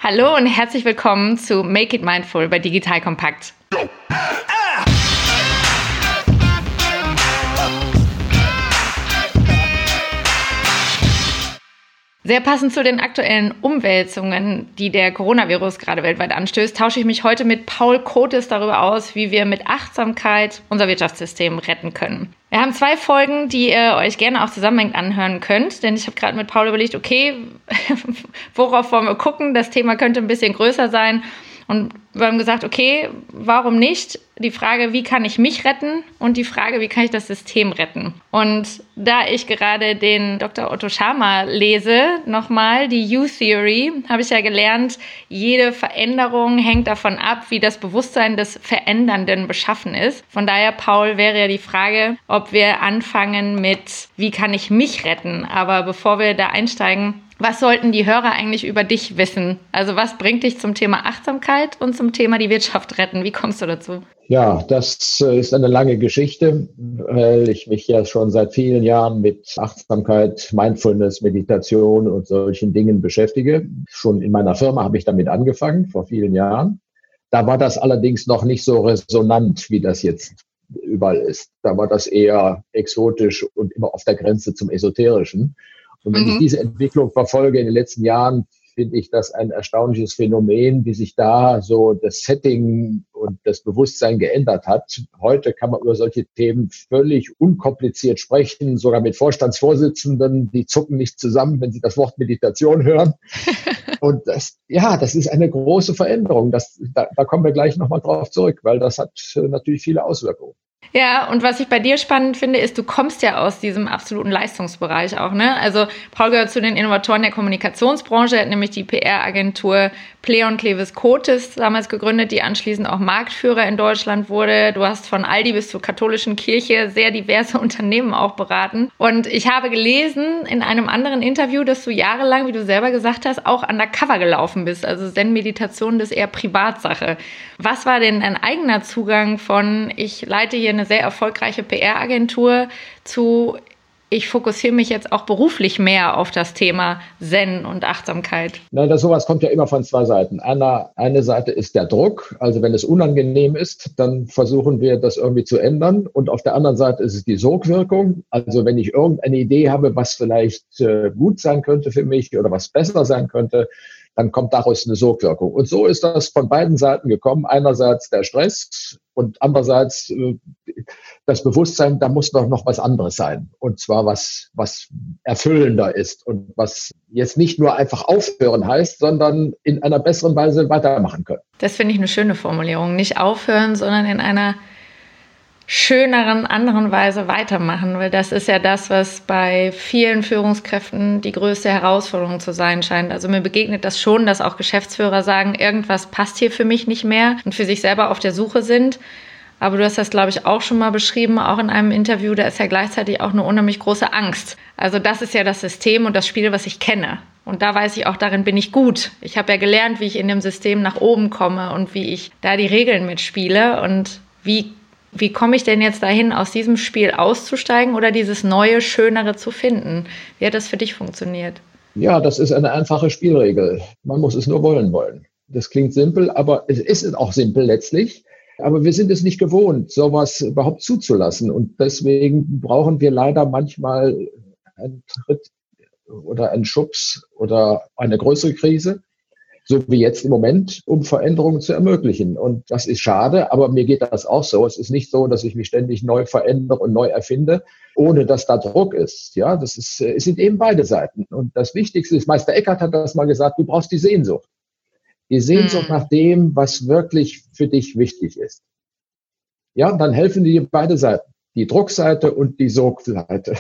Hallo und herzlich willkommen zu Make It Mindful bei Digital Kompakt. Sehr passend zu den aktuellen Umwälzungen, die der Coronavirus gerade weltweit anstößt, tausche ich mich heute mit Paul Kotis darüber aus, wie wir mit Achtsamkeit unser Wirtschaftssystem retten können. Wir haben 2 Folgen, die ihr euch gerne auch zusammenhängend anhören könnt, denn ich habe gerade mit Paul überlegt, okay, worauf wollen wir gucken? Das Thema könnte ein bisschen größer sein. Und wir haben gesagt, okay, warum nicht? Die Frage, wie kann ich mich retten? Und die Frage, wie kann ich das System retten? Und da ich gerade den Dr. Otto Scharmer lese, nochmal die U-Theory, habe ich ja gelernt, jede Veränderung hängt davon ab, wie das Bewusstsein des Verändernden beschaffen ist. Von daher, Paul, wäre ja die Frage, ob wir anfangen mit, wie kann ich mich retten? Aber bevor wir da einsteigen, was sollten die Hörer eigentlich über dich wissen? Also was bringt dich zum Thema Achtsamkeit und zum Thema die Wirtschaft retten? Wie kommst du dazu? Ja, das ist eine lange Geschichte, weil ich mich ja schon seit vielen Jahren mit Achtsamkeit, Mindfulness, Meditation und solchen Dingen beschäftige. Schon in meiner Firma habe ich damit angefangen, vor vielen Jahren. Da war das allerdings noch nicht so resonant, wie das jetzt überall ist. Da war das eher exotisch und immer auf der Grenze zum Esoterischen. Und wenn ich diese Entwicklung verfolge in den letzten Jahren, finde ich das ein erstaunliches Phänomen, wie sich da so das Setting und das Bewusstsein geändert hat. Heute kann man über solche Themen völlig unkompliziert sprechen, sogar mit Vorstandsvorsitzenden, die zucken nicht zusammen, wenn sie das Wort Meditation hören. Und das ist eine große Veränderung. Da kommen wir gleich nochmal drauf zurück, weil das hat natürlich viele Auswirkungen. Ja, und was ich bei dir spannend finde, ist, du kommst ja aus diesem absoluten Leistungsbereich auch, ne? Also Paul gehört zu den Innovatoren der Kommunikationsbranche, er hat nämlich die PR-Agentur Pleon Clevis Kotis damals gegründet, die anschließend auch Marktführer in Deutschland wurde. Du hast von Aldi bis zur katholischen Kirche sehr diverse Unternehmen auch beraten. Und ich habe gelesen in einem anderen Interview, dass du jahrelang, wie du selber gesagt hast, auch undercover gelaufen bist. Also Zen-Meditation, das ist eher Privatsache. Was war denn dein eigener Zugang von, ich leite hier eine sehr erfolgreiche PR-Agentur zu, ich fokussiere mich jetzt auch beruflich mehr auf das Thema Zen und Achtsamkeit? Na, sowas kommt ja immer von 2 Seiten. Eine Seite ist der Druck, also wenn es unangenehm ist, dann versuchen wir das irgendwie zu ändern. Und auf der anderen Seite ist es die Sogwirkung. Also wenn ich irgendeine Idee habe, was vielleicht gut sein könnte für mich oder was besser sein könnte, dann kommt daraus eine Sogwirkung. Und so ist das von beiden Seiten gekommen. Einerseits der Stress und andererseits das Bewusstsein, da muss doch noch was anderes sein. Und zwar was erfüllender ist und was jetzt nicht nur einfach aufhören heißt, sondern in einer besseren Weise weitermachen können. Das finde ich eine schöne Formulierung. Nicht aufhören, sondern in einer schöneren, anderen Weise weitermachen, weil das ist ja das, was bei vielen Führungskräften die größte Herausforderung zu sein scheint. Also mir begegnet das schon, dass auch Geschäftsführer sagen, irgendwas passt hier für mich nicht mehr und für sich selber auf der Suche sind. Aber du hast das, glaube ich, auch schon mal beschrieben, auch in einem Interview, da ist ja gleichzeitig auch eine unheimlich große Angst. Also das ist ja das System und das Spiel, was ich kenne. Und da weiß ich auch, darin bin ich gut. Ich habe ja gelernt, wie ich in dem System nach oben komme und wie ich da die Regeln mitspiele und wie komme ich denn jetzt dahin, aus diesem Spiel auszusteigen oder dieses neue, schönere zu finden? Wie hat das für dich funktioniert? Ja, das ist eine einfache Spielregel. Man muss es nur wollen. Das klingt simpel, aber es ist auch simpel letztlich. Aber wir sind es nicht gewohnt, sowas überhaupt zuzulassen. Und deswegen brauchen wir leider manchmal einen Tritt oder einen Schubs oder eine größere Krise, so wie jetzt im Moment, um Veränderungen zu ermöglichen. Und das ist schade, aber mir geht das auch so. Es ist nicht so, dass ich mich ständig neu verändere und neu erfinde, ohne dass da Druck ist. Ja, es sind eben beide Seiten. Und das Wichtigste ist, Meister Eckhart hat das mal gesagt, du brauchst die Sehnsucht. Die Sehnsucht nach dem, was wirklich für dich wichtig ist. Ja, dann helfen dir beide Seiten. Die Druckseite und die Sogseite.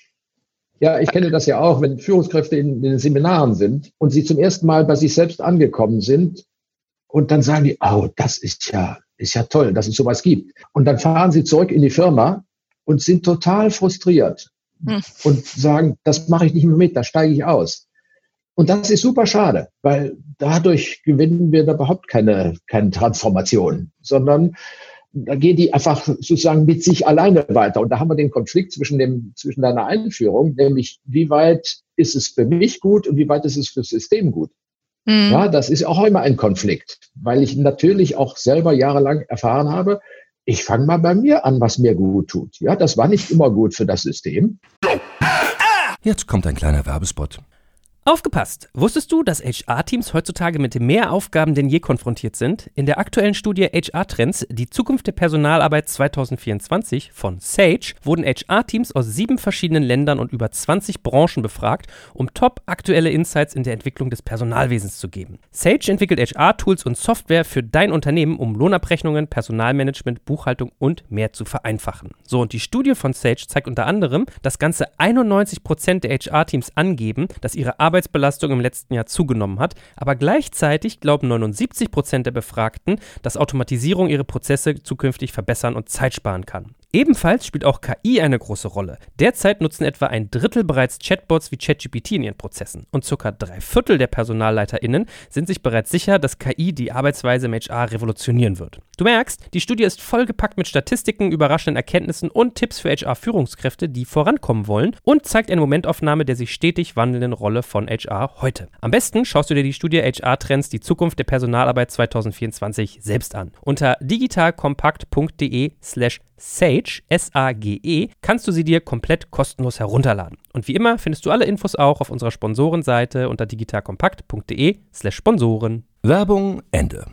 Ja, ich kenne das ja auch, wenn Führungskräfte in den Seminaren sind und sie zum ersten Mal bei sich selbst angekommen sind und dann sagen die, oh, das ist ja toll, dass es sowas gibt. Und dann fahren sie zurück in die Firma und sind total frustriert und sagen, das mache ich nicht mehr mit, da steige ich aus. Und das ist super schade, weil dadurch gewinnen wir da überhaupt keine Transformation, sondern da gehen die einfach sozusagen mit sich alleine weiter. Und da haben wir den Konflikt zwischen deiner Einführung, nämlich wie weit ist es für mich gut und wie weit ist es fürs System gut. Ja, das ist auch immer ein Konflikt, weil ich natürlich auch selber jahrelang erfahren habe, ich fange mal bei mir an, was mir gut tut. Ja, das war nicht immer gut für das System. Jetzt kommt ein kleiner Werbespot. Aufgepasst! Wusstest du, dass HR-Teams heutzutage mit mehr Aufgaben denn je konfrontiert sind? In der aktuellen Studie HR-Trends, die Zukunft der Personalarbeit 2024 von Sage, wurden HR-Teams aus 7 verschiedenen Ländern und über 20 Branchen befragt, um top-aktuelle Insights in der Entwicklung des Personalwesens zu geben. Sage entwickelt HR-Tools und Software für dein Unternehmen, um Lohnabrechnungen, Personalmanagement, Buchhaltung und mehr zu vereinfachen. So, und die Studie von Sage zeigt unter anderem, dass ganze 91% der HR-Teams angeben, dass ihre Arbeitsbelastung im letzten Jahr zugenommen hat, aber gleichzeitig glauben 79% der Befragten, dass Automatisierung ihre Prozesse zukünftig verbessern und Zeit sparen kann. Ebenfalls spielt auch KI eine große Rolle. Derzeit nutzen etwa 1/3 bereits Chatbots wie ChatGPT in ihren Prozessen und ca. 3/4 der PersonalleiterInnen sind sich bereits sicher, dass KI die Arbeitsweise im HR revolutionieren wird. Du merkst, die Studie ist vollgepackt mit Statistiken, überraschenden Erkenntnissen und Tipps für HR-Führungskräfte, die vorankommen wollen und zeigt eine Momentaufnahme der sich stetig wandelnden Rolle von HR heute. Am besten schaust du dir die Studie HR-Trends, die Zukunft der Personalarbeit 2024 selbst an. Unter digitalkompakt.de/Sage, S-A-G-E, kannst du sie dir komplett kostenlos herunterladen. Und wie immer findest du alle Infos auch auf unserer Sponsorenseite unter digitalkompakt.de/Sponsoren. Werbung Ende.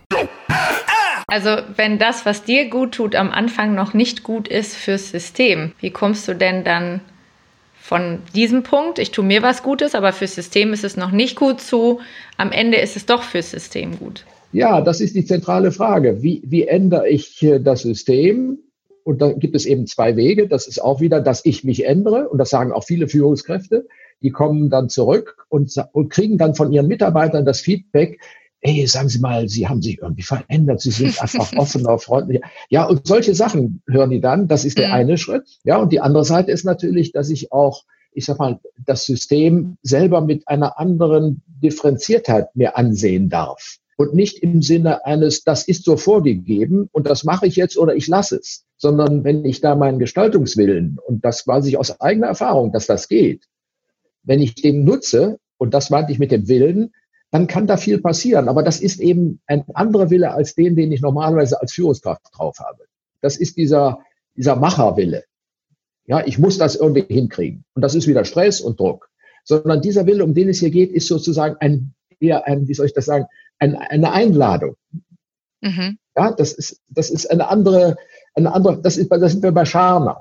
Also wenn das, was dir gut tut, am Anfang noch nicht gut ist fürs System, wie kommst du denn dann von diesem Punkt, ich tue mir was Gutes, aber fürs System ist es noch nicht gut, zu am Ende ist es doch fürs System gut? Ja, das ist die zentrale Frage. Wie ändere ich das System? Und da gibt es eben 2 Wege. Das ist auch wieder, dass ich mich ändere. Und das sagen auch viele Führungskräfte. Die kommen dann zurück und kriegen dann von ihren Mitarbeitern das Feedback, hey, sagen Sie mal, Sie haben sich irgendwie verändert. Sie sind einfach offener, freundlicher. Ja, und solche Sachen hören die dann. Das ist der eine Schritt. Ja, und die andere Seite ist natürlich, dass ich auch, ich sag mal, das System selber mit einer anderen Differenziertheit mir ansehen darf. Und nicht im Sinne eines, das ist so vorgegeben und das mache ich jetzt oder ich lasse es. Sondern wenn ich da meinen Gestaltungswillen, und das weiß ich aus eigener Erfahrung, dass das geht, wenn ich den nutze, und das meinte ich mit dem Willen, dann kann da viel passieren. Aber das ist eben ein anderer Wille als den ich normalerweise als Führungskraft drauf habe. Das ist dieser Macherwille. Ja, ich muss das irgendwie hinkriegen. Und das ist wieder Stress und Druck. Sondern dieser Wille, um den es hier geht, ist sozusagen eher ein, wie soll ich das sagen, eine Einladung. Mhm. Ja, das ist eine andere, das sind wir bei Scharner.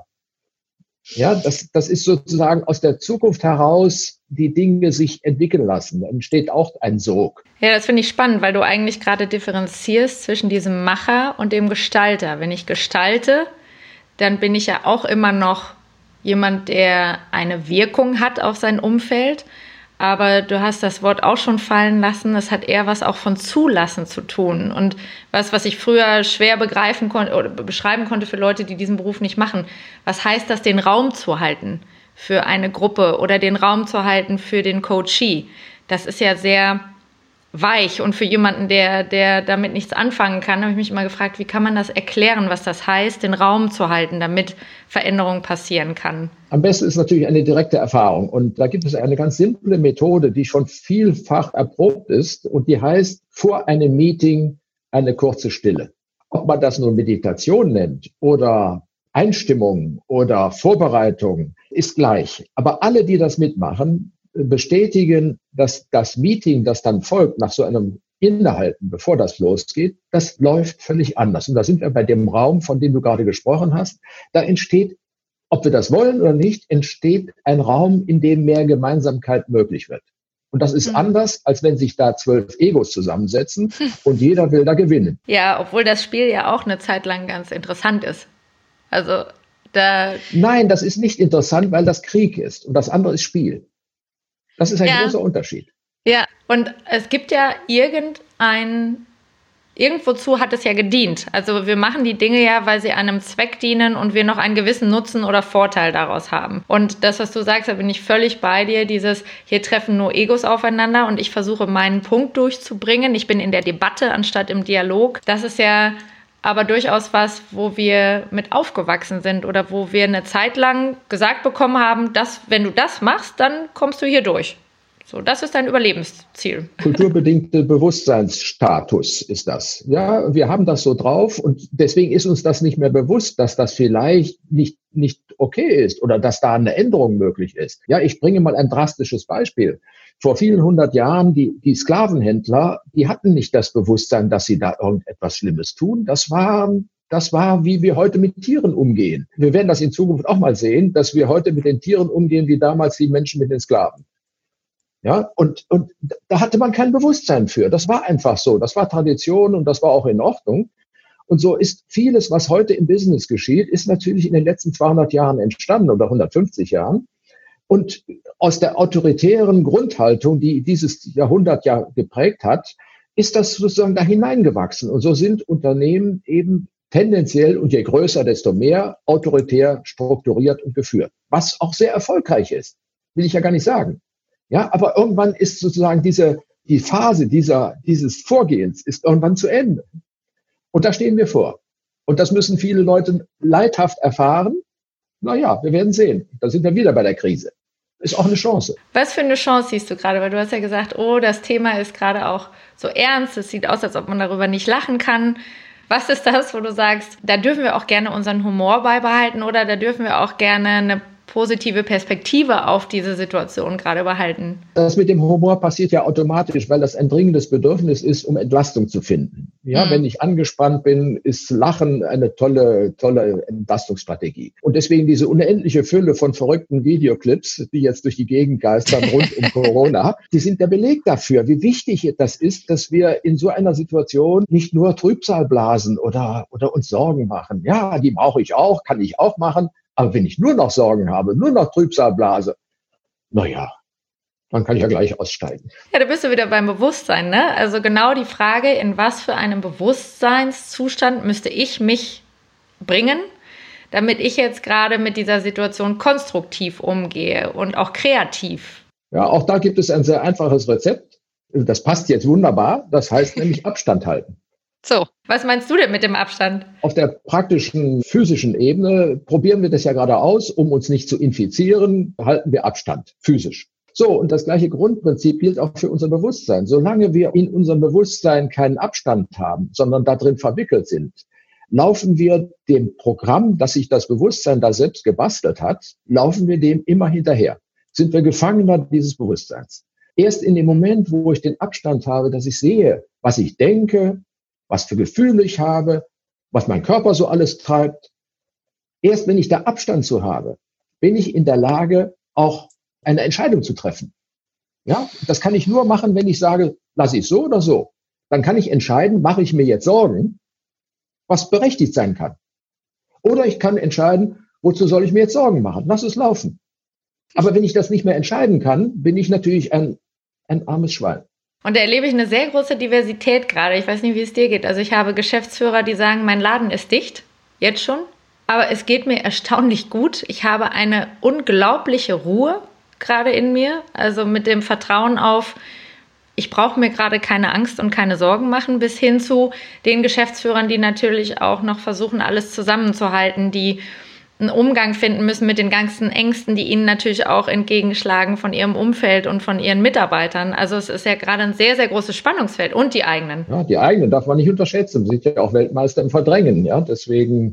Ja, das ist sozusagen aus der Zukunft heraus die Dinge sich entwickeln lassen. Da entsteht auch ein Sog. Ja, das finde ich spannend, weil du eigentlich gerade differenzierst zwischen diesem Macher und dem Gestalter. Wenn ich gestalte, dann bin ich ja auch immer noch jemand, der eine Wirkung hat auf sein Umfeld. Aber du hast das Wort auch schon fallen lassen, es hat eher was auch von Zulassen zu tun. Und was ich früher schwer begreifen konnte oder beschreiben konnte für Leute, die diesen Beruf nicht machen. Was heißt das, den Raum zu halten für eine Gruppe oder den Raum zu halten für den Coachee? Das ist ja sehr weich. Und für jemanden, der damit nichts anfangen kann, habe ich mich immer gefragt, wie kann man das erklären, was das heißt, den Raum zu halten, damit Veränderung passieren kann? Am besten ist natürlich eine direkte Erfahrung. Und da gibt es eine ganz simple Methode, die schon vielfach erprobt ist. Und die heißt, vor einem Meeting eine kurze Stille. Ob man das nur Meditation nennt oder Einstimmung oder Vorbereitung, ist gleich. Aber alle, die das mitmachen, bestätigen, dass das Meeting, das dann folgt, nach so einem Innehalten, bevor das losgeht, das läuft völlig anders. Und da sind wir bei dem Raum, von dem du gerade gesprochen hast. Da entsteht, ob wir das wollen oder nicht, entsteht ein Raum, in dem mehr Gemeinsamkeit möglich wird. Und das ist anders, als wenn sich da 12 Egos zusammensetzen und jeder will da gewinnen. Ja, obwohl das Spiel ja auch eine Zeit lang ganz interessant ist. Also Nein, das ist nicht interessant, weil das Krieg ist und das andere ist Spiel. Das ist ein großer Unterschied. Ja, und es gibt ja irgendwozu hat es ja gedient. Also wir machen die Dinge ja, weil sie einem Zweck dienen und wir noch einen gewissen Nutzen oder Vorteil daraus haben. Und das, was du sagst, da bin ich völlig bei dir, hier treffen nur Egos aufeinander und ich versuche meinen Punkt durchzubringen. Ich bin in der Debatte anstatt im Dialog. Das ist ja aber durchaus was, wo wir mit aufgewachsen sind oder wo wir eine Zeit lang gesagt bekommen haben, dass wenn du das machst, dann kommst du hier durch. So, das ist dein Überlebensziel. Kulturbedingte Bewusstseinsstatus ist das. Ja, wir haben das so drauf und deswegen ist uns das nicht mehr bewusst, dass das vielleicht nicht okay ist oder dass da eine Änderung möglich ist. Ja, ich bringe mal ein drastisches Beispiel. Vor vielen 100 Jahren, die Sklavenhändler, die hatten nicht das Bewusstsein, dass sie da irgendetwas Schlimmes tun. Das war, wie wir heute mit Tieren umgehen. Wir werden das in Zukunft auch mal sehen, dass wir heute mit den Tieren umgehen, wie damals die Menschen mit den Sklaven. Ja, und da hatte man kein Bewusstsein für. Das war einfach so. Das war Tradition und das war auch in Ordnung. Und so ist vieles, was heute im Business geschieht, ist natürlich in den letzten 200 Jahren entstanden oder 150 Jahren. Und aus der autoritären Grundhaltung, die dieses Jahrhundert ja geprägt hat, ist das sozusagen da hineingewachsen. Und so sind Unternehmen eben tendenziell und je größer, desto mehr autoritär strukturiert und geführt. Was auch sehr erfolgreich ist, will ich ja gar nicht sagen. Ja, aber irgendwann ist sozusagen die Phase dieses Vorgehens ist irgendwann zu Ende. Und da stehen wir vor. Und das müssen viele Leute leidhaft erfahren. Naja, wir werden sehen. Da sind wir wieder bei der Krise. Ist auch eine Chance. Was für eine Chance siehst du gerade? Weil du hast ja gesagt, oh, das Thema ist gerade auch so ernst. Es sieht aus, als ob man darüber nicht lachen kann. Was ist das, wo du sagst, da dürfen wir auch gerne unseren Humor beibehalten oder da dürfen wir auch gerne eine positive Perspektive auf diese Situation gerade behalten? Das mit dem Humor passiert ja automatisch, weil das ein dringendes Bedürfnis ist, um Entlastung zu finden. Ja, wenn ich angespannt bin, ist Lachen eine tolle Entlastungsstrategie. Und deswegen diese unendliche Fülle von verrückten Videoclips, die jetzt durch die Gegend geistern rund um Corona, die sind der Beleg dafür, wie wichtig das ist, dass wir in so einer Situation nicht nur Trübsal blasen oder uns Sorgen machen. Ja, die brauche ich auch, kann ich auch machen. Aber wenn ich nur noch Sorgen habe, nur noch Trübsal blase, naja, dann kann ich ja gleich aussteigen. Ja, da bist du wieder beim Bewusstsein, ne? Also genau die Frage, in was für einem Bewusstseinszustand müsste ich mich bringen, damit ich jetzt gerade mit dieser Situation konstruktiv umgehe und auch kreativ. Ja, auch da gibt es ein sehr einfaches Rezept. Das passt jetzt wunderbar. Das heißt nämlich Abstand halten. So, was meinst du denn mit dem Abstand? Auf der praktischen, physischen Ebene probieren wir das ja gerade aus, um uns nicht zu infizieren, halten wir Abstand, physisch. So, und das gleiche Grundprinzip gilt auch für unser Bewusstsein. Solange wir in unserem Bewusstsein keinen Abstand haben, sondern da drin verwickelt sind, laufen wir dem Programm, das sich das Bewusstsein da selbst gebastelt hat, laufen wir dem immer hinterher. Sind wir Gefangener dieses Bewusstseins. Erst in dem Moment, wo ich den Abstand habe, dass ich sehe, was ich denke, was für Gefühle ich habe, was mein Körper so alles treibt. Erst wenn ich da Abstand zu habe, bin ich in der Lage, auch eine Entscheidung zu treffen. Ja, das kann ich nur machen, wenn ich sage, lasse ich so oder so. Dann kann ich entscheiden, mache ich mir jetzt Sorgen, was berechtigt sein kann. Oder ich kann entscheiden, wozu soll ich mir jetzt Sorgen machen? Lass es laufen. Aber wenn ich das nicht mehr entscheiden kann, bin ich natürlich ein armes Schwein. Und da erlebe ich eine sehr große Diversität gerade. Ich weiß nicht, wie es dir geht. Also ich habe Geschäftsführer, die sagen, mein Laden ist dicht, jetzt schon. Aber es geht mir erstaunlich gut. Ich habe eine unglaubliche Ruhe gerade in mir. Also mit dem Vertrauen auf, ich brauche mir gerade keine Angst und keine Sorgen machen, bis hin zu den Geschäftsführern, die natürlich auch noch versuchen, alles zusammenzuhalten, die einen Umgang finden müssen mit den ganzen Ängsten, die ihnen natürlich auch entgegenschlagen von ihrem Umfeld und von ihren Mitarbeitern. Also es ist ja gerade ein sehr, sehr großes Spannungsfeld und die eigenen. Ja, die eigenen darf man nicht unterschätzen. Sie sind ja auch Weltmeister im Verdrängen. Ja, deswegen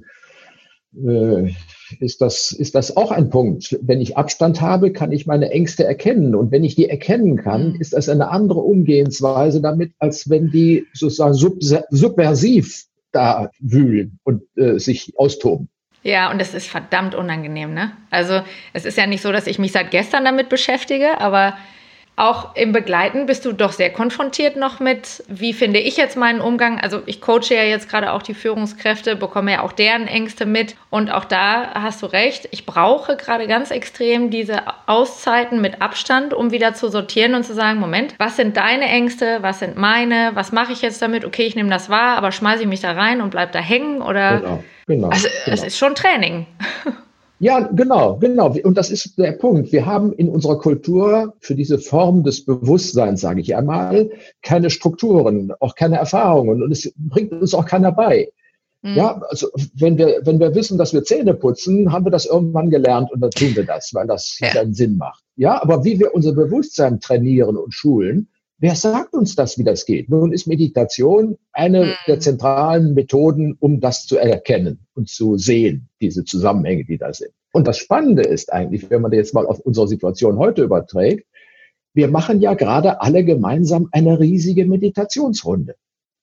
ist das auch ein Punkt. Wenn ich Abstand habe, kann ich meine Ängste erkennen. Und wenn ich die erkennen kann, ist das eine andere Umgehensweise damit, als wenn die sozusagen subversiv da wühlen und sich austoben. Ja, und es ist verdammt unangenehm, ne? Also es ist ja nicht so, dass ich mich seit gestern damit beschäftige, aber auch im Begleiten bist du doch sehr konfrontiert noch mit, wie finde ich jetzt meinen Umgang? Also ich coache ja jetzt gerade auch die Führungskräfte, bekomme ja auch deren Ängste mit. Und auch da hast du recht, ich brauche gerade ganz extrem diese Auszeiten mit Abstand, um wieder zu sortieren und zu sagen, Moment, was sind deine Ängste, was sind meine, was mache ich jetzt damit? Okay, ich nehme das wahr, aber schmeiße ich mich da rein und bleibe da hängen? Oder? Genau. Also es ist schon Training. Ja, genau. Und das ist der Punkt. Wir haben in unserer Kultur für diese Form des Bewusstseins, sage ich einmal, keine Strukturen, auch keine Erfahrungen. Und es bringt uns auch keiner bei. Ja, also wenn wir wissen, dass wir Zähne putzen, haben wir das irgendwann gelernt und dann tun wir das, weil das einen Sinn macht. Ja, aber wie wir unser Bewusstsein trainieren und schulen, wer sagt uns das, wie das geht? Nun ist Meditation eine der zentralen Methoden, um das zu erkennen und zu sehen, diese Zusammenhänge, die da sind. Und das Spannende ist eigentlich, wenn man das jetzt mal auf unsere Situation heute überträgt, wir machen ja gerade alle gemeinsam eine riesige Meditationsrunde.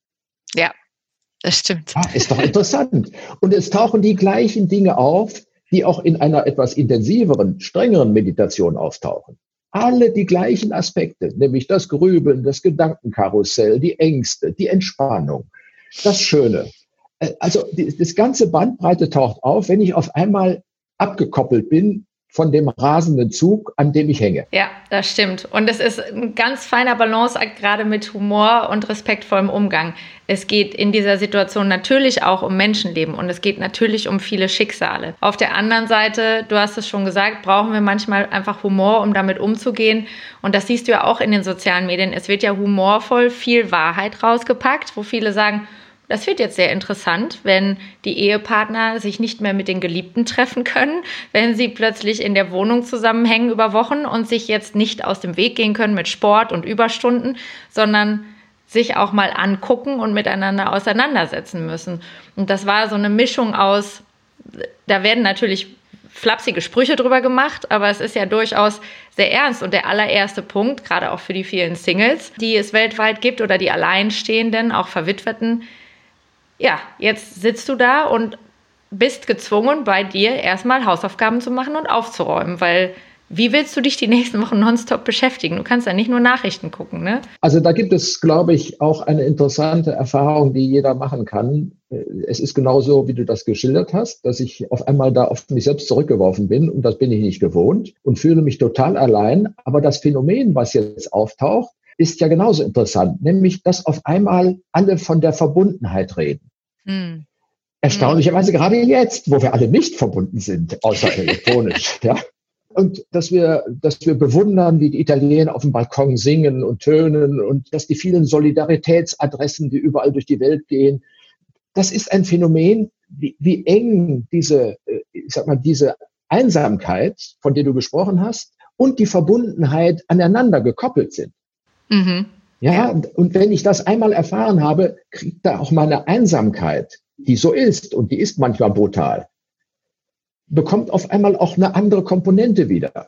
Ja. Das stimmt. Ja, ist doch interessant. Und es tauchen die gleichen Dinge auf, die auch in einer etwas intensiveren, strengeren Meditation auftauchen. Alle die gleichen Aspekte, nämlich das Grübeln, das Gedankenkarussell, die Ängste, die Entspannung, das Schöne. Also das ganze Bandbreite taucht auf, wenn ich auf einmal abgekoppelt bin von dem rasenden Zug, an dem ich hänge. Ja, das stimmt. Und es ist ein ganz feiner Balanceakt, gerade mit Humor und respektvollem Umgang. Es geht in dieser Situation natürlich auch um Menschenleben und es geht natürlich um viele Schicksale. Auf der anderen Seite, du hast es schon gesagt, brauchen wir manchmal einfach Humor, um damit umzugehen. Und das siehst du ja auch in den sozialen Medien. Es wird ja humorvoll viel Wahrheit rausgepackt, wo viele sagen, das wird jetzt sehr interessant, wenn die Ehepartner sich nicht mehr mit den Geliebten treffen können, wenn sie plötzlich in der Wohnung zusammenhängen über Wochen und sich jetzt nicht aus dem Weg gehen können mit Sport und Überstunden, sondern sich auch mal angucken und miteinander auseinandersetzen müssen. Und das war so eine Mischung aus, da werden natürlich flapsige Sprüche drüber gemacht, aber es ist ja durchaus sehr ernst. Und der allererste Punkt, gerade auch für die vielen Singles, die es weltweit gibt oder die Alleinstehenden, auch Verwitweten, ja, jetzt sitzt du da und bist gezwungen, bei dir erstmal Hausaufgaben zu machen und aufzuräumen, weil wie willst du dich die nächsten Wochen nonstop beschäftigen? Du kannst ja nicht nur Nachrichten gucken, ne? Also da gibt es, glaube ich, auch eine interessante Erfahrung, die jeder machen kann. Es ist genauso, wie du das geschildert hast, dass ich auf einmal da auf mich selbst zurückgeworfen bin und das bin ich nicht gewohnt und fühle mich total allein. Aber das Phänomen, was jetzt auftaucht, ist ja genauso interessant, nämlich, dass auf einmal alle von der Verbundenheit reden. Erstaunlicherweise gerade jetzt, wo wir alle nicht verbunden sind, außer elektronisch, ja. Und dass wir bewundern, wie die Italiener auf dem Balkon singen und tönen und dass die vielen Solidaritätsadressen, die überall durch die Welt gehen, das ist ein Phänomen, wie eng diese Einsamkeit, von der du gesprochen hast, und die Verbundenheit aneinander gekoppelt sind. Ja, und wenn ich das einmal erfahren habe, kriegt da auch meine Einsamkeit, die so ist und die ist manchmal brutal, bekommt auf einmal auch eine andere Komponente wieder.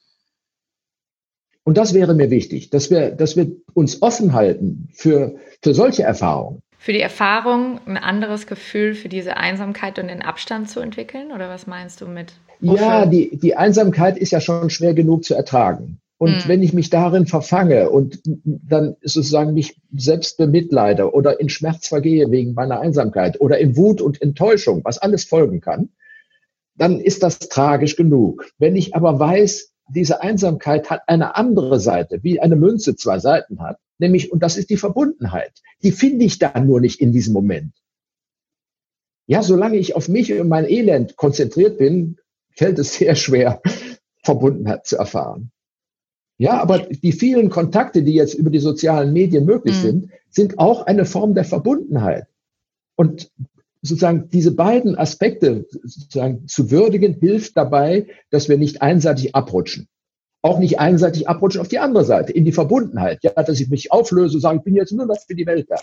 Und das wäre mir wichtig, dass wir uns offen halten für solche Erfahrungen. Für die Erfahrung ein anderes Gefühl für diese Einsamkeit und den Abstand zu entwickeln? Oder was meinst du mit? Ja, die Einsamkeit ist ja schon schwer genug zu ertragen. Und wenn ich mich darin verfange und dann sozusagen mich selbst bemitleide oder in Schmerz vergehe wegen meiner Einsamkeit oder in Wut und Enttäuschung, was alles folgen kann, dann ist das tragisch genug. Wenn ich aber weiß, diese Einsamkeit hat eine andere Seite, wie eine Münze zwei Seiten hat, nämlich, und das ist die Verbundenheit. Die finde ich da nur nicht in diesem Moment. Ja, solange ich auf mich und mein Elend konzentriert bin, fällt es sehr schwer, Verbundenheit zu erfahren. Ja, aber die vielen Kontakte, die jetzt über die sozialen Medien möglich sind auch eine Form der Verbundenheit. Und sozusagen diese beiden Aspekte sozusagen zu würdigen, hilft dabei, dass wir nicht einseitig abrutschen. Auch nicht einseitig abrutschen auf die andere Seite, in die Verbundenheit. Ja, dass ich mich auflöse und sage, ich bin jetzt nur noch für die Welt da.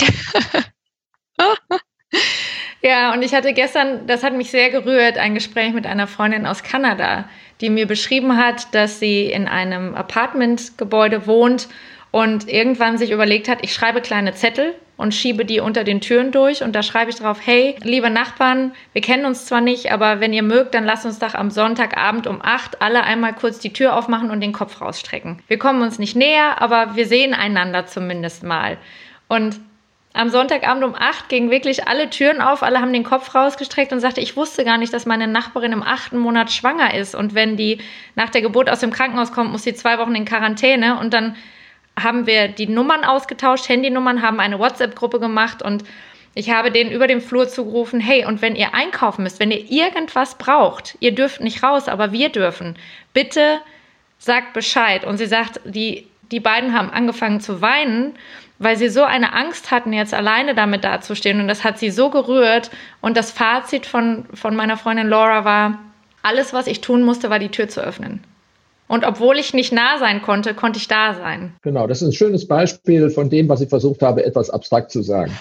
Ja, und ich hatte gestern, das hat mich sehr gerührt, ein Gespräch mit einer Freundin aus Kanada, die mir beschrieben hat, dass sie in einem Apartmentgebäude wohnt und irgendwann sich überlegt hat, ich schreibe kleine Zettel und schiebe die unter den Türen durch und da schreibe ich drauf, hey, liebe Nachbarn, wir kennen uns zwar nicht, aber wenn ihr mögt, dann lasst uns doch am Sonntagabend um 8 alle einmal kurz die Tür aufmachen und den Kopf rausstrecken. Wir kommen uns nicht näher, aber wir sehen einander zumindest mal. Und am Sonntagabend um 8 gingen wirklich alle Türen auf, alle haben den Kopf rausgestreckt und sagte, ich wusste gar nicht, dass meine Nachbarin im 8. Monat schwanger ist und wenn die nach der Geburt aus dem Krankenhaus kommt, muss sie 2 Wochen in Quarantäne und dann haben wir die Nummern ausgetauscht, Handynummern, haben eine WhatsApp-Gruppe gemacht und ich habe denen über den Flur zugerufen, hey, und wenn ihr einkaufen müsst, wenn ihr irgendwas braucht, ihr dürft nicht raus, aber wir dürfen, bitte sagt Bescheid. Und sie sagt, die die beiden haben angefangen zu weinen, weil sie so eine Angst hatten, jetzt alleine damit dazustehen. Und das hat sie so gerührt. Und das Fazit von meiner Freundin Laura war, alles, was ich tun musste, war die Tür zu öffnen. Und obwohl ich nicht nah sein konnte, konnte ich da sein. Genau, das ist ein schönes Beispiel von dem, was ich versucht habe, etwas abstrakt zu sagen.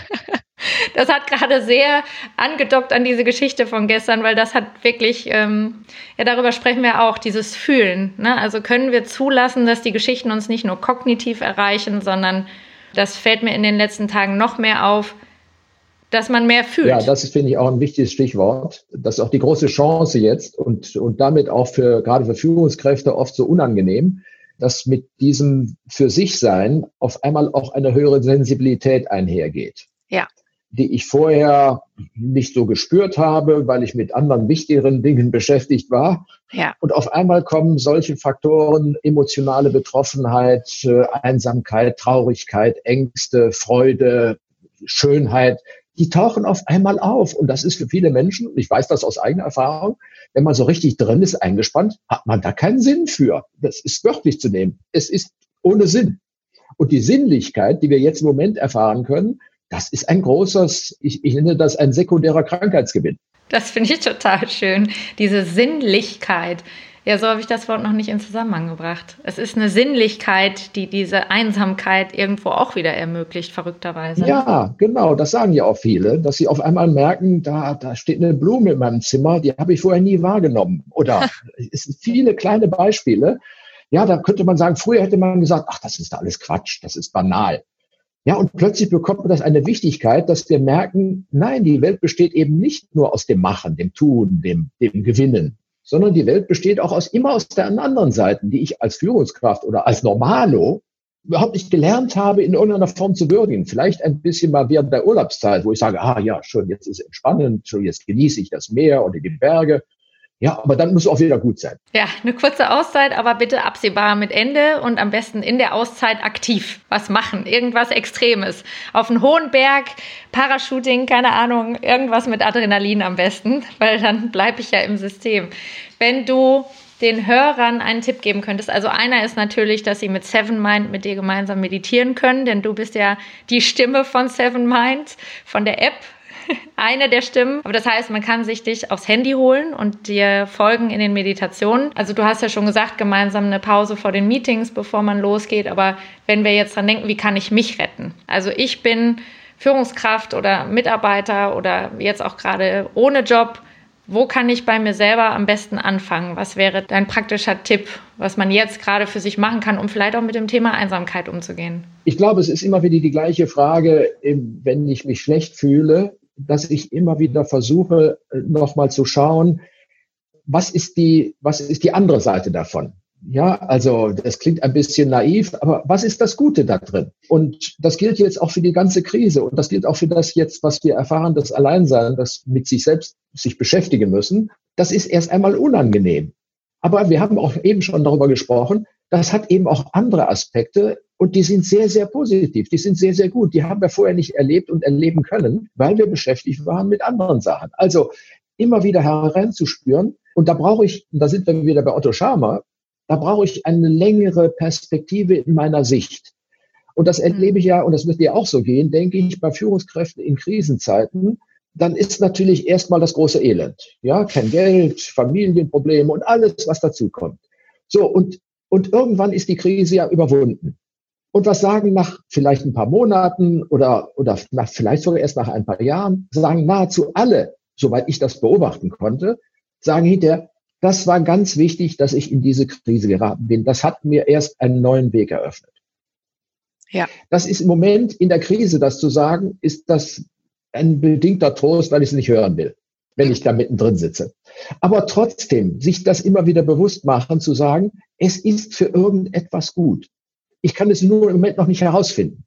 Das hat gerade sehr angedockt an diese Geschichte von gestern, weil das hat wirklich, darüber sprechen wir auch, dieses Fühlen. Ne? Also können wir zulassen, dass die Geschichten uns nicht nur kognitiv erreichen, sondern das fällt mir in den letzten Tagen noch mehr auf, dass man mehr fühlt. Ja, das ist, finde ich, auch ein wichtiges Stichwort. Das ist auch die große Chance jetzt und damit auch gerade für Führungskräfte oft so unangenehm, dass mit diesem für sich sein auf einmal auch eine höhere Sensibilität einhergeht. Ja. Die ich vorher nicht so gespürt habe, weil ich mit anderen wichtigeren Dingen beschäftigt war. Ja. Und auf einmal kommen solche Faktoren, emotionale Betroffenheit, Einsamkeit, Traurigkeit, Ängste, Freude, Schönheit, die tauchen auf einmal auf. Und das ist für viele Menschen, ich weiß das aus eigener Erfahrung, wenn man so richtig drin ist, eingespannt, hat man da keinen Sinn für. Das ist wörtlich zu nehmen. Es ist ohne Sinn. Und die Sinnlichkeit, die wir jetzt im Moment erfahren können, das ist ein großes, ich nenne das ein sekundärer Krankheitsgewinn. Das finde ich total schön, diese Sinnlichkeit. Ja, so habe ich das Wort noch nicht in Zusammenhang gebracht. Es ist eine Sinnlichkeit, die diese Einsamkeit irgendwo auch wieder ermöglicht, verrückterweise. Ja, genau, das sagen ja auch viele, dass sie auf einmal merken, da steht eine Blume in meinem Zimmer, die habe ich vorher nie wahrgenommen. Oder es sind viele kleine Beispiele. Ja, da könnte man sagen, früher hätte man gesagt, ach, das ist da alles Quatsch, das ist banal. Ja, und plötzlich bekommt das eine Wichtigkeit, dass wir merken, nein, die Welt besteht eben nicht nur aus dem Machen, dem Tun, dem Gewinnen, sondern die Welt besteht auch immer aus den anderen Seiten, die ich als Führungskraft oder als Normalo überhaupt nicht gelernt habe, in irgendeiner Form zu würdigen. Vielleicht ein bisschen mal während der Urlaubszeit, wo ich sage, ja, schön, jetzt ist es entspannend, schon jetzt genieße ich das Meer oder die Berge. Ja, aber dann muss es auch wieder gut sein. Ja, eine kurze Auszeit, aber bitte absehbar mit Ende und am besten in der Auszeit aktiv was machen. Irgendwas Extremes. Auf einen hohen Berg, Parachuting, keine Ahnung, irgendwas mit Adrenalin am besten, weil dann bleibe ich ja im System. Wenn du den Hörern einen Tipp geben könntest, also einer ist natürlich, dass sie mit Seven Mind mit dir gemeinsam meditieren können, denn du bist ja die Stimme von Seven Mind, von der App. Eine der Stimmen. Aber das heißt, man kann sich dich aufs Handy holen und dir folgen in den Meditationen. Also du hast ja schon gesagt, gemeinsam eine Pause vor den Meetings, bevor man losgeht. Aber wenn wir jetzt dran denken, wie kann ich mich retten? Also ich bin Führungskraft oder Mitarbeiter oder jetzt auch gerade ohne Job. Wo kann ich bei mir selber am besten anfangen? Was wäre dein praktischer Tipp, was man jetzt gerade für sich machen kann, um vielleicht auch mit dem Thema Einsamkeit umzugehen? Ich glaube, es ist immer wieder die gleiche Frage, wenn ich mich schlecht fühle, dass ich immer wieder versuche, nochmal zu schauen, was ist die andere Seite davon? Ja, also das klingt ein bisschen naiv, aber was ist das Gute da drin? Und das gilt jetzt auch für die ganze Krise und das gilt auch für das jetzt, was wir erfahren, das Alleinsein, das mit sich selbst sich beschäftigen müssen. Das ist erst einmal unangenehm. Aber wir haben auch eben schon darüber gesprochen, das hat eben auch andere Aspekte und die sind sehr, sehr positiv, die sind sehr, sehr gut. Die haben wir vorher nicht erlebt und erleben können, weil wir beschäftigt waren mit anderen Sachen. Also immer wieder hereinzuspüren und da brauche ich, und da sind wir wieder bei Otto Scharmer, da brauche ich eine längere Perspektive in meiner Sicht. Und das erlebe ich ja, und das wird dir auch so gehen, denke ich, bei Führungskräften in Krisenzeiten, dann ist natürlich erstmal das große Elend. Ja, kein Geld, Familienprobleme und alles, was dazu kommt. So, und irgendwann ist die Krise ja überwunden. Und was sagen nach vielleicht ein paar Monaten oder vielleicht sogar erst nach ein paar Jahren, sagen nahezu alle, soweit ich das beobachten konnte, sagen hinterher, das war ganz wichtig, dass ich in diese Krise geraten bin. Das hat mir erst einen neuen Weg eröffnet. Ja. Das ist im Moment in der Krise, das zu sagen, ist das ein bedingter Trost, weil ich es nicht hören will, wenn ich da mittendrin sitze. Aber trotzdem, sich das immer wieder bewusst machen, zu sagen, es ist für irgendetwas gut. Ich kann es nur im Moment noch nicht herausfinden.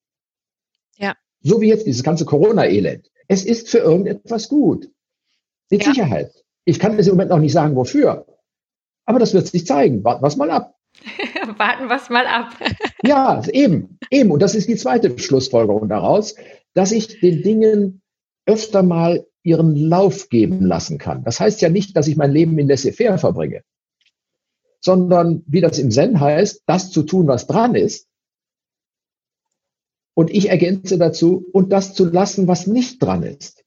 Ja. So wie jetzt dieses ganze Corona-Elend. Es ist für irgendetwas gut. Mit Sicherheit. Ich kann es im Moment noch nicht sagen, wofür. Aber das wird sich zeigen. Warten wir es mal ab. Warten wir es mal ab. Ja, eben. Und das ist die zweite Schlussfolgerung daraus, dass ich den Dingen öfter mal ihren Lauf geben lassen kann. Das heißt ja nicht, dass ich mein Leben in Laissez-faire verbringe, sondern wie das im Zen heißt, das zu tun, was dran ist. Und ich ergänze dazu, und das zu lassen, was nicht dran ist.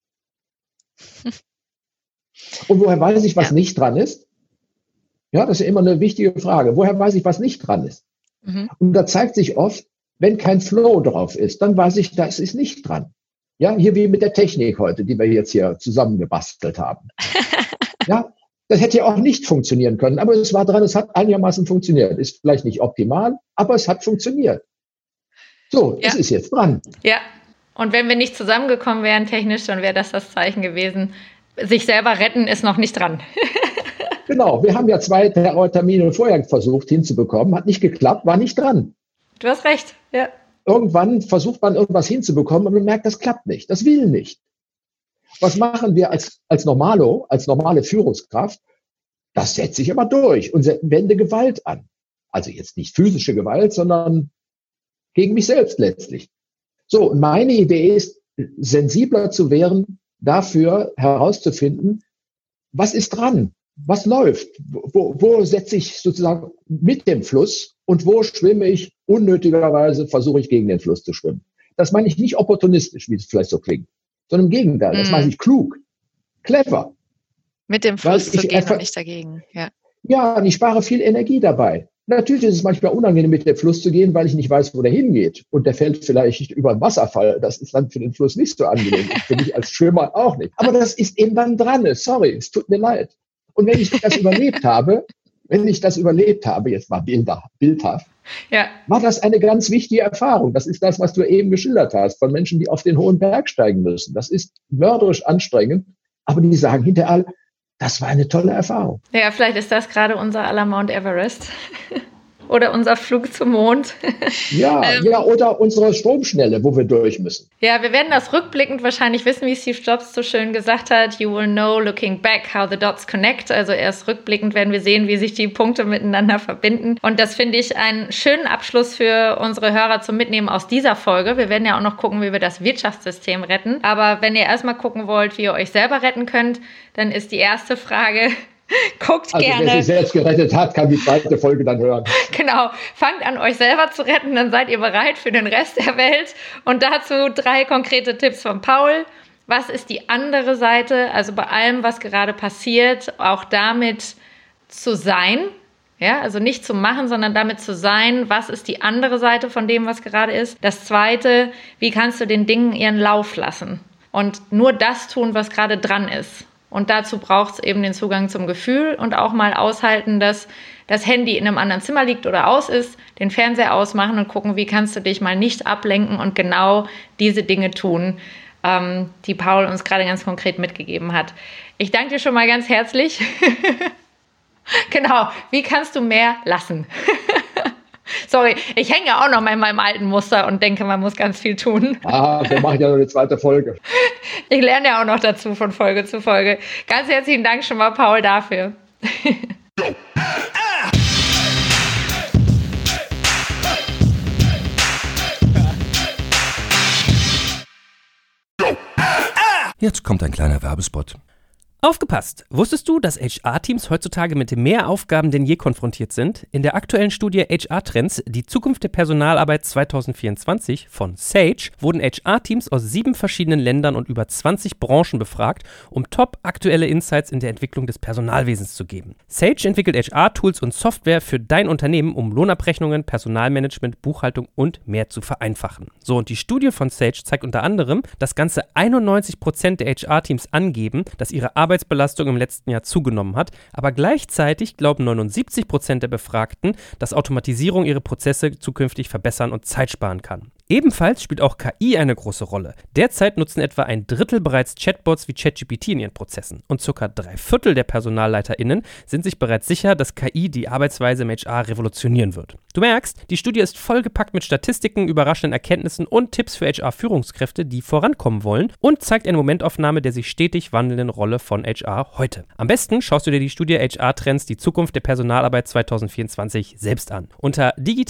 Und woher weiß ich, was nicht dran ist? Ja, das ist ja immer eine wichtige Frage. Woher weiß ich, was nicht dran ist? Und da zeigt sich oft, wenn kein Flow drauf ist, dann weiß ich, das ist nicht dran. Ja, hier wie mit der Technik heute, die wir jetzt hier zusammengebastelt haben. Ja, das hätte ja auch nicht funktionieren können, aber es war dran, es hat einigermaßen funktioniert. Ist vielleicht nicht optimal, aber es hat funktioniert. So, es ist jetzt dran. Ja, und wenn wir nicht zusammengekommen wären technisch, dann wäre das Zeichen gewesen, sich selber retten ist noch nicht dran. Genau, wir haben ja 2 Termine vorher versucht hinzubekommen, hat nicht geklappt, war nicht dran. Du hast recht, ja. Irgendwann versucht man irgendwas hinzubekommen und man merkt, das klappt nicht, das will nicht. Was machen wir als normale Führungskraft? Das setze ich aber durch und wende Gewalt an. Also jetzt nicht physische Gewalt, sondern gegen mich selbst letztlich. So, und meine Idee ist, sensibler zu werden, dafür herauszufinden, was ist dran? Was läuft? Wo setze ich sozusagen mit dem Fluss und wo schwimme ich unnötigerweise, versuche ich gegen den Fluss zu schwimmen? Das meine ich nicht opportunistisch, wie es vielleicht so klingt, sondern im Gegenteil. Das meine ich klug, clever. Mit dem Fluss zu gehen und nicht dagegen. Ja, und ich spare viel Energie dabei. Natürlich ist es manchmal unangenehm, mit dem Fluss zu gehen, weil ich nicht weiß, wo der hingeht. Und der fällt vielleicht über einen Wasserfall. Das ist dann für den Fluss nicht so angenehm. Für mich als Schwimmer auch nicht. Aber das ist eben dann dran. Sorry, es tut mir leid. Und wenn ich das überlebt habe, jetzt mal bildhaft, war das eine ganz wichtige Erfahrung. Das ist das, was du eben geschildert hast, von Menschen, die auf den hohen Berg steigen müssen. Das ist mörderisch anstrengend, aber die sagen hinterher, das war eine tolle Erfahrung. Ja, vielleicht ist das gerade unser aller Mount Everest. Oder unser Flug zum Mond. Ja, oder unsere Stromschnelle, wo wir durch müssen. Ja, wir werden das rückblickend wahrscheinlich wissen, wie Steve Jobs so schön gesagt hat. You will know looking back how the dots connect. Also erst rückblickend werden wir sehen, wie sich die Punkte miteinander verbinden. Und das finde ich einen schönen Abschluss für unsere Hörer zum Mitnehmen aus dieser Folge. Wir werden ja auch noch gucken, wie wir das Wirtschaftssystem retten. Aber wenn ihr erstmal gucken wollt, wie ihr euch selber retten könnt, dann ist die erste Frage... Guckt gerne. Wer sich selbst gerettet hat, kann die 2. Folge dann hören. Genau. Fangt an, euch selber zu retten, dann seid ihr bereit für den Rest der Welt. Und dazu 3 konkrete Tipps von Paul. Was ist die andere Seite? Also bei allem, was gerade passiert, auch damit zu sein. Ja, also nicht zu machen, sondern damit zu sein. Was ist die andere Seite von dem, was gerade ist? Das 2, wie kannst du den Dingen ihren Lauf lassen? Und nur das tun, was gerade dran ist. Und dazu braucht es eben den Zugang zum Gefühl und auch mal aushalten, dass das Handy in einem anderen Zimmer liegt oder aus ist, den Fernseher ausmachen und gucken, wie kannst du dich mal nicht ablenken und genau diese Dinge tun, die Paul uns gerade ganz konkret mitgegeben hat. Ich danke dir schon mal ganz herzlich. Genau, wie kannst du mehr lassen? Sorry, ich hänge ja auch noch mal in meinem alten Muster und denke, man muss ganz viel tun. Wir machen ja noch eine 2. Folge. Ich lerne ja auch noch dazu von Folge zu Folge. Ganz herzlichen Dank schon mal, Paul, dafür. Jetzt kommt ein kleiner Werbespot. Aufgepasst! Wusstest du, dass HR-Teams heutzutage mit mehr Aufgaben denn je konfrontiert sind? In der aktuellen Studie HR-Trends, die Zukunft der Personalarbeit 2024 von Sage, wurden HR-Teams aus 7 verschiedenen Ländern und über 20 Branchen befragt, um top-aktuelle Insights in der Entwicklung des Personalwesens zu geben. Sage entwickelt HR-Tools und Software für dein Unternehmen, um Lohnabrechnungen, Personalmanagement, Buchhaltung und mehr zu vereinfachen. So, und die Studie von Sage zeigt unter anderem, dass ganze 91% der HR-Teams angeben, dass ihre Arbeitsbelastung im letzten Jahr zugenommen hat, aber gleichzeitig glauben 79% der Befragten, dass Automatisierung ihre Prozesse zukünftig verbessern und Zeit sparen kann. Ebenfalls spielt auch KI eine große Rolle. Derzeit nutzen etwa 1/3 bereits Chatbots wie ChatGPT in ihren Prozessen und ca. 3/4 der PersonalleiterInnen sind sich bereits sicher, dass KI die Arbeitsweise im HR revolutionieren wird. Du merkst, die Studie ist vollgepackt mit Statistiken, überraschenden Erkenntnissen und Tipps für HR-Führungskräfte, die vorankommen wollen und zeigt eine Momentaufnahme der sich stetig wandelnden Rolle von HR heute. Am besten schaust du dir die Studie HR-Trends, die Zukunft der Personalarbeit 2024 selbst an. Unter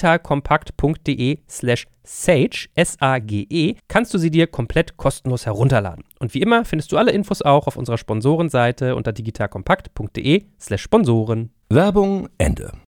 digitalkompakt.de/Sage, S-A-G-E, kannst du sie dir komplett kostenlos herunterladen. Und wie immer findest du alle Infos auch auf unserer Sponsorenseite unter digitalkompakt.de/Sponsoren. Werbung Ende.